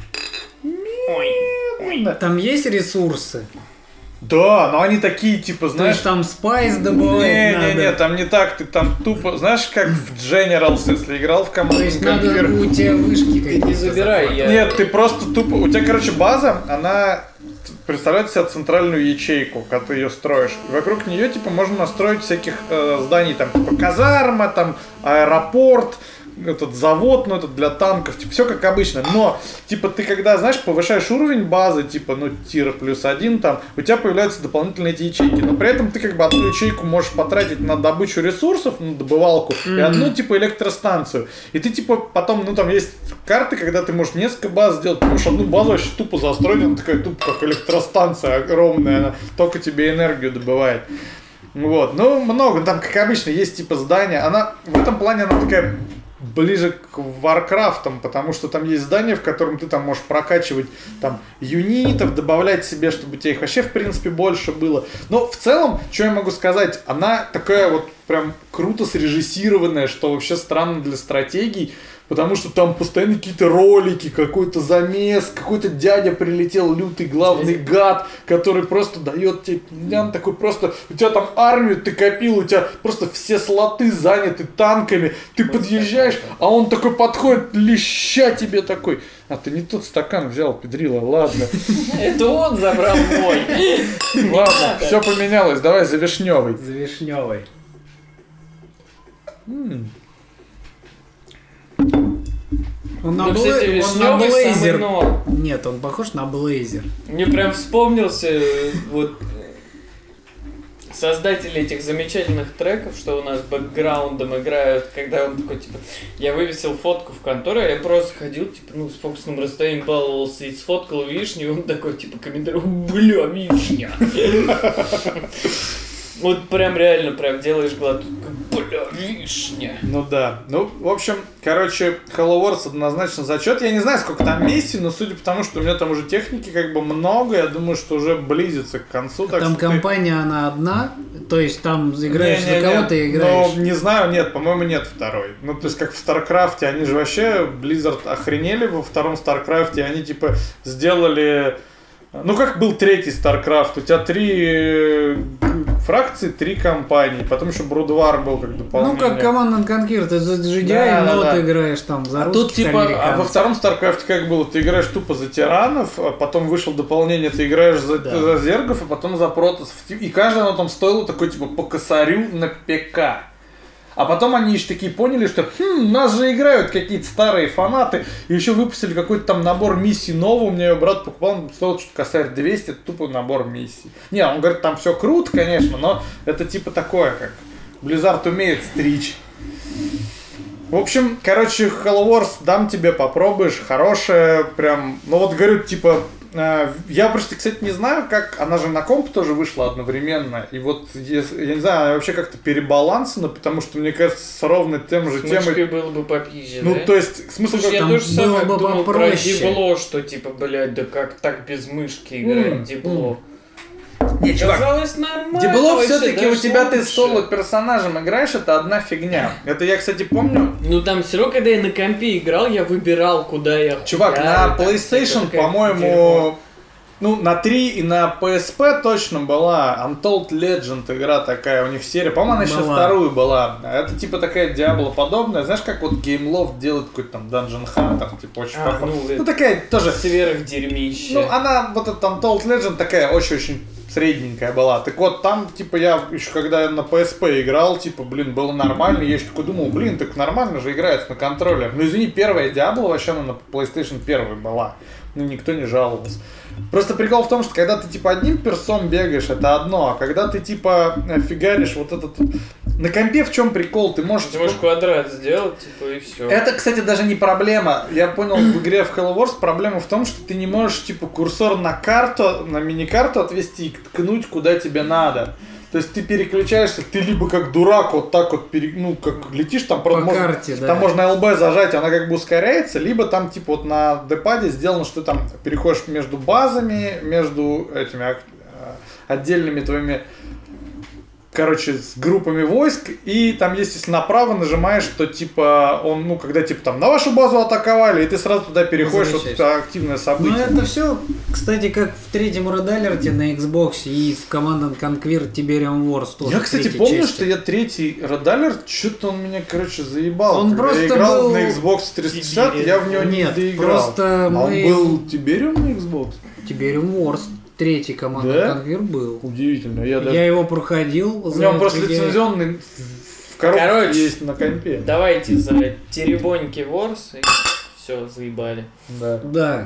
Медленно. Там есть ресурсы? Да, но они такие, типа, То знаешь... есть там спайс добывать Не, надо? не, не, там не так, ты там тупо, знаешь, как в Generals, если играл в команду. То есть надо у тебя вышки какие-то. Не забирай, я... Нет, ты просто тупо, у тебя, короче, база, она представляет себя центральную ячейку, когда ты ее строишь. И вокруг нее, типа, можно настроить всяких э, зданий, там, типа, казарма, там, аэропорт, этот завод, ну, этот для танков, типа, все как обычно. Но, типа, ты когда, знаешь, повышаешь уровень базы, типа, ну, тир плюс один, там, у тебя появляются дополнительные эти ячейки. Но при этом ты, как бы, одну ячейку можешь потратить на добычу ресурсов, на добывалку, mm-hmm. и одну, типа, электростанцию. И ты, типа, потом, ну, там есть карты, когда ты можешь несколько баз сделать, ты можешь одну базу вообще тупо застроить, она такая тупо, как электростанция огромная, она только тебе энергию добывает. Вот, ну, много, там, как обычно, есть, типа, здания. Она, в этом плане, она такая... ближе к Варкрафтам, потому что там есть здание, в котором ты там можешь прокачивать там юнитов, добавлять себе, чтобы у тебя их вообще в принципе больше было. Но в целом, что я могу сказать, она такая вот прям круто срежиссированная, что вообще странно для стратегий, потому что там постоянно какие-то ролики, какой-то замес, какой-то дядя прилетел, лютый главный гад, который просто дает тебе, он такой просто, у тебя там армию ты копил, у тебя просто все слоты заняты танками, ты подъезжаешь, а он такой подходит, леща тебе такой. А ты не тот стакан взял, педрила, ладно. Это он забрал мой. Ладно, все поменялось, давай за вишневый. За вишневой. Он на, Ну, Блэ... кстати, он на вишневый самый Блейзер. норм. Нет, он похож на Блейзер. Мне прям вспомнился э, вот э, создатели этих замечательных треков, что у нас бэкграундом играют, когда он такой, типа, я вывесил фотку в конторе, а я просто ходил, типа, ну, с фокусным расстоянием баловался и сфоткал вишню, и он такой, типа, комментарий, бля, вишня. Вот прям реально, прям делаешь глотку, бля, вишня. Ну да. Ну, в общем, короче, Halo Wars однозначно зачет. Я не знаю, сколько там миссий, но судя по тому, что у меня там уже техники как бы много, я думаю, что уже близится к концу. Так там что компания, ты... она одна, то есть там играешь не, не, за кого-то и играешь. Ну, не знаю, нет, по-моему, нет второй. Ну, то есть, как в Старкрафте, они же вообще, Blizzard охренели во втором Старкрафте, они типа сделали... Ну, как был третий StarCraft, у тебя три фракции, три компании, потом еще Брудвар был как дополнение. Ну, как Command and Conquer, ты за джи ди ай, да, но да, ты да. играешь там за а русских, тут типа, американцев. а во втором StarCraft как было? Ты играешь тупо за тиранов, а потом вышел дополнение, ты играешь за, Да. за зергов, а потом за протоссов. И каждое оно там стоило такой типа по косарю на ПК. А потом они еще такие поняли, что хм, нас же играют какие-то старые фанаты. И еще выпустили какой-то там набор миссий новый. У меня ее брат покупал, он стоил что-то косарь двести, это тупо набор миссий. Не, он говорит, там все круто, конечно, но это типа такое, как Blizzard умеет стричь. В общем, короче, Halo Wars дам тебе, попробуешь, хорошая, прям, ну вот говорю, типа, э, я просто, кстати, не знаю, как, она же на комп тоже вышла одновременно, и вот, если, я не знаю, она вообще как-то перебалансена, потому что, мне кажется, с ровно тем же С мышкой темой. было бы попизже, Ну, да? то есть, смысл Слушай, как я там тоже было самое бы думал про попроще. Дибло, что типа, блядь, да как так без мышки играть М, Дибло. Не, чувак, Казалось нормально. Дибло вообще, все-таки у даже тебя ты лучше. соло персонажем играешь, это одна фигня. Это я, кстати, помню. Ну там все равно, когда я на компе играл, я выбирал, куда я Чувак, хуярю, на там всякое PlayStation, такое по-моему, дерьмо. ну, на три и на пи эс пи точно была Untold Legend игра такая, у них серия, по-моему, она еще Была. вторую была. Это типа такая Diablo подобная, знаешь, как вот Gameloft делает какой-то там Dungeon Hunter, типа очень А, похож. ну, Ну, это такая тоже, сверхдерьмище. ну, она, вот эта Untold Legend такая очень-очень средненькая была. Так вот, там, типа, я еще когда на пи эс пи играл, типа, блин, было нормально. Я еще такой думал, блин, так нормально же играется на контроллере. Ну, извини, первая Diablo вообще она на PlayStation первой была. ну, никто не жаловался. Просто прикол в том, что когда ты, типа, одним персом бегаешь, это одно, а когда ты, типа, фигаришь вот этот... На компе в чем прикол? Ты можешь... Ты можешь квадрат сделать, типа, и все. Это, кстати, даже не проблема. Я понял, в игре в Halo Wars проблема в том, что ты не можешь, типа, курсор на карту, на мини-карту отвести и ткнуть, куда тебе надо. То есть ты переключаешься, ты либо как дурак вот так вот, пере, ну, как летишь, там, По можно, карте, да. там можно эл би зажать, она как бы ускоряется, либо там, типа, вот на D-паде сделано, что ты там переходишь между базами, между этими а, отдельными твоими, короче, с группами войск, и там есть, если направо нажимаешь, то, типа, он, ну, когда, типа, там, на вашу базу атаковали, и ты сразу туда переходишь, вот это активное событие. Ну, это все, кстати, как в третьем Red Alert на Xbox и в Command and Conquer Tiberium Wars тоже. Я, кстати, помню, части. Что я третий Red Alert, что-то он меня, короче, заебал. Он Когда просто я играл был... на Xbox триста шестьдесят, Tiberium. Я в него Нет, не доиграл. Просто а мы... он был Tiberium на Xbox? Tiberium Wars. Третий Command and да? Conquer был. Удивительно. Я, я даже... его проходил. У него просто лицензионный в коробке Короче, есть на компе. Давайте за теребоньки Wars и все, заебали. Да. Да.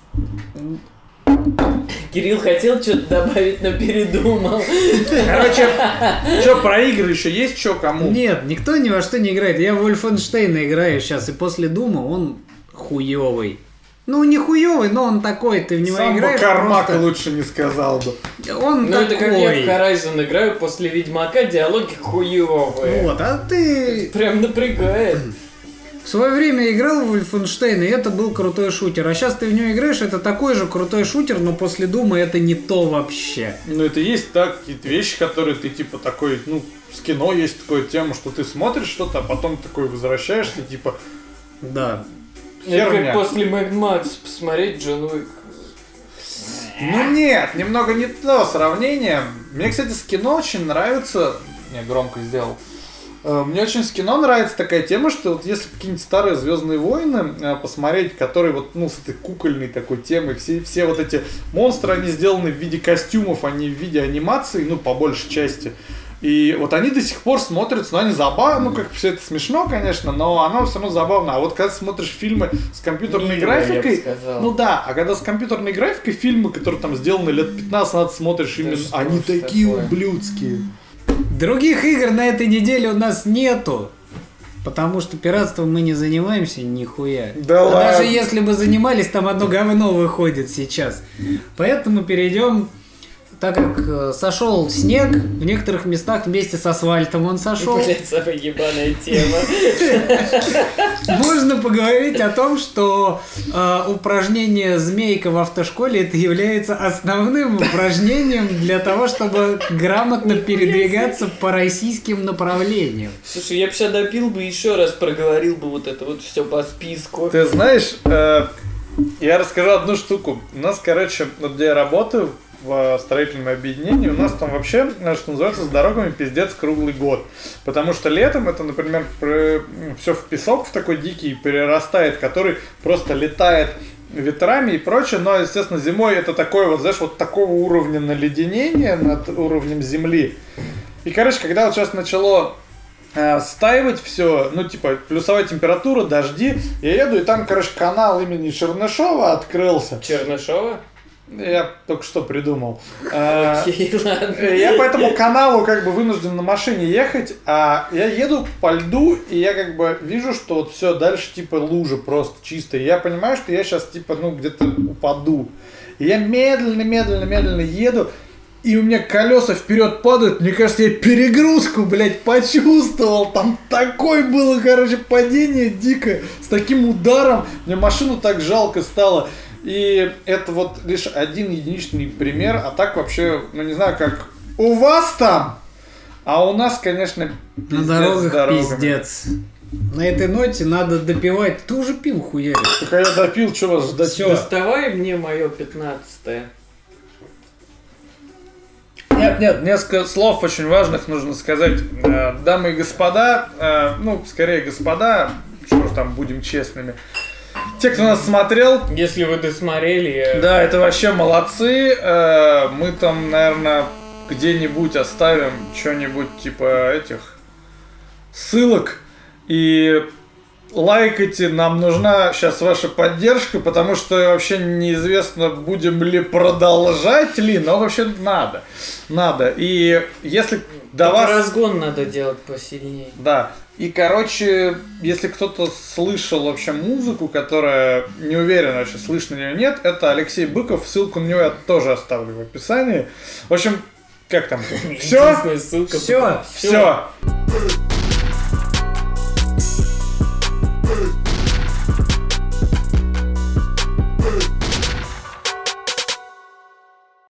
Кирилл хотел что-то добавить, но передумал. Короче, что, про игры еще есть что кому? Нет, никто ни во что не играет. Я в Wolfenstein играю сейчас, и после Дума он хуёвый. Ну, не хуёвый, но он такой, ты в него Сам играешь. Сам Кармак просто... лучше не сказал бы. Он ну, такой. это как я в Horizon играю, после Ведьмака диалоги хуёвые. Вот, а ты... Прям напрягает. В свое время играл в Wolfenstein, и это был крутой шутер. А сейчас ты в него играешь, это такой же крутой шутер, но после Дума это не то вообще. Ну, это есть так, какие-то вещи, которые ты, типа, такой, ну, с кино есть такая тема, что ты смотришь что-то, а потом такой возвращаешься, типа... Да. Это как после Mad Max посмотреть Джон Уик. Ну нет, немного не то сравнение. Мне, кстати, с кино очень нравится... Я громко сделал. Мне очень с кино нравится такая тема, что вот если какие-нибудь старые «Звездные войны» посмотреть, которые вот, ну, с этой кукольной такой темой, все, все вот эти монстры, они сделаны в виде костюмов, а не в виде анимации, ну, по большей части. И вот они до сих пор смотрятся, ну, они забавно, ну, как все это смешно, конечно, но оно все равно забавно. А вот когда смотришь фильмы с компьютерной Мило, графикой, ну да, а когда с компьютерной графикой фильмы, которые там сделаны лет пятнадцать назад, смотришь, да именно, они такие такое? Ублюдские. Других игр на этой неделе у нас нету. Потому что пиратством мы не занимаемся нихуя. Да а ладно. Даже если бы занимались, там одно говно выходит сейчас. Поэтому перейдем. Так как э, сошел снег, в некоторых местах вместе с асфальтом он сошел. Блять, самая ебаная тема. Можно поговорить о том, что э, упражнение «Змейка» в автошколе это является основным упражнением для того, чтобы грамотно передвигаться по российским направлениям. Слушай, я бы сейчас допил бы еще раз проговорил бы вот это вот все по списку. Ты знаешь, э, я расскажу одну штуку. У нас, короче, вот где я работаю, в строительном объединении, у нас там вообще, что называется, с дорогами пиздец круглый год. Потому что летом это, например, все в песок в такой дикий перерастает, который просто летает ветрами и прочее, но, естественно, зимой это такое вот, знаешь, вот такого уровня наледенения над уровнем земли. И, короче, когда вот сейчас начало э, стаивать все, ну, типа, плюсовая температура, дожди, я еду, и там, короче, канал имени Чернышова открылся. Чернышова? Я только что придумал. Окей, ладно. Я по этому каналу как бы вынужден на машине ехать, а я еду по льду, и я как бы вижу, что вот все, дальше типа лужа просто чистая. И я понимаю, что я сейчас типа, ну, где-то упаду. И я медленно, медленно, медленно еду, и у меня колеса вперед падают. Мне кажется, я перегрузку, блядь, почувствовал. Там такое было, короче, падение дикое. С таким ударом. Мне машину так жалко стало. И это вот лишь один единичный пример, а так вообще, ну не знаю, как у вас там, а у нас, конечно, пиздец. На дорогах пиздец. На этой ноте надо допивать. Ты уже пил хуяришь. Так а я допил, что вас ждать? Все, доставай мне мое пятнадцатое. Нет, нет, несколько слов очень важных нужно сказать. Дамы и господа, ну, скорее господа, что ж там, будем честными. Те, кто нас смотрел... Если вы досмотрели... Да, это вообще молодцы. Мы там, наверное, где-нибудь оставим что-нибудь типа этих ссылок. И лайкайте, нам нужна сейчас ваша поддержка, потому что вообще неизвестно, будем ли продолжать ли, но вообще надо. Надо. И если до Только вас... разгон надо делать посильнее. Да. И, короче, если кто-то слышал вообще музыку, которая не уверен вообще, слышно ли ее нет, это Алексей Быков. Ссылку на него я тоже оставлю в описании. В общем, как там? Все? Ссылка. Все. Все.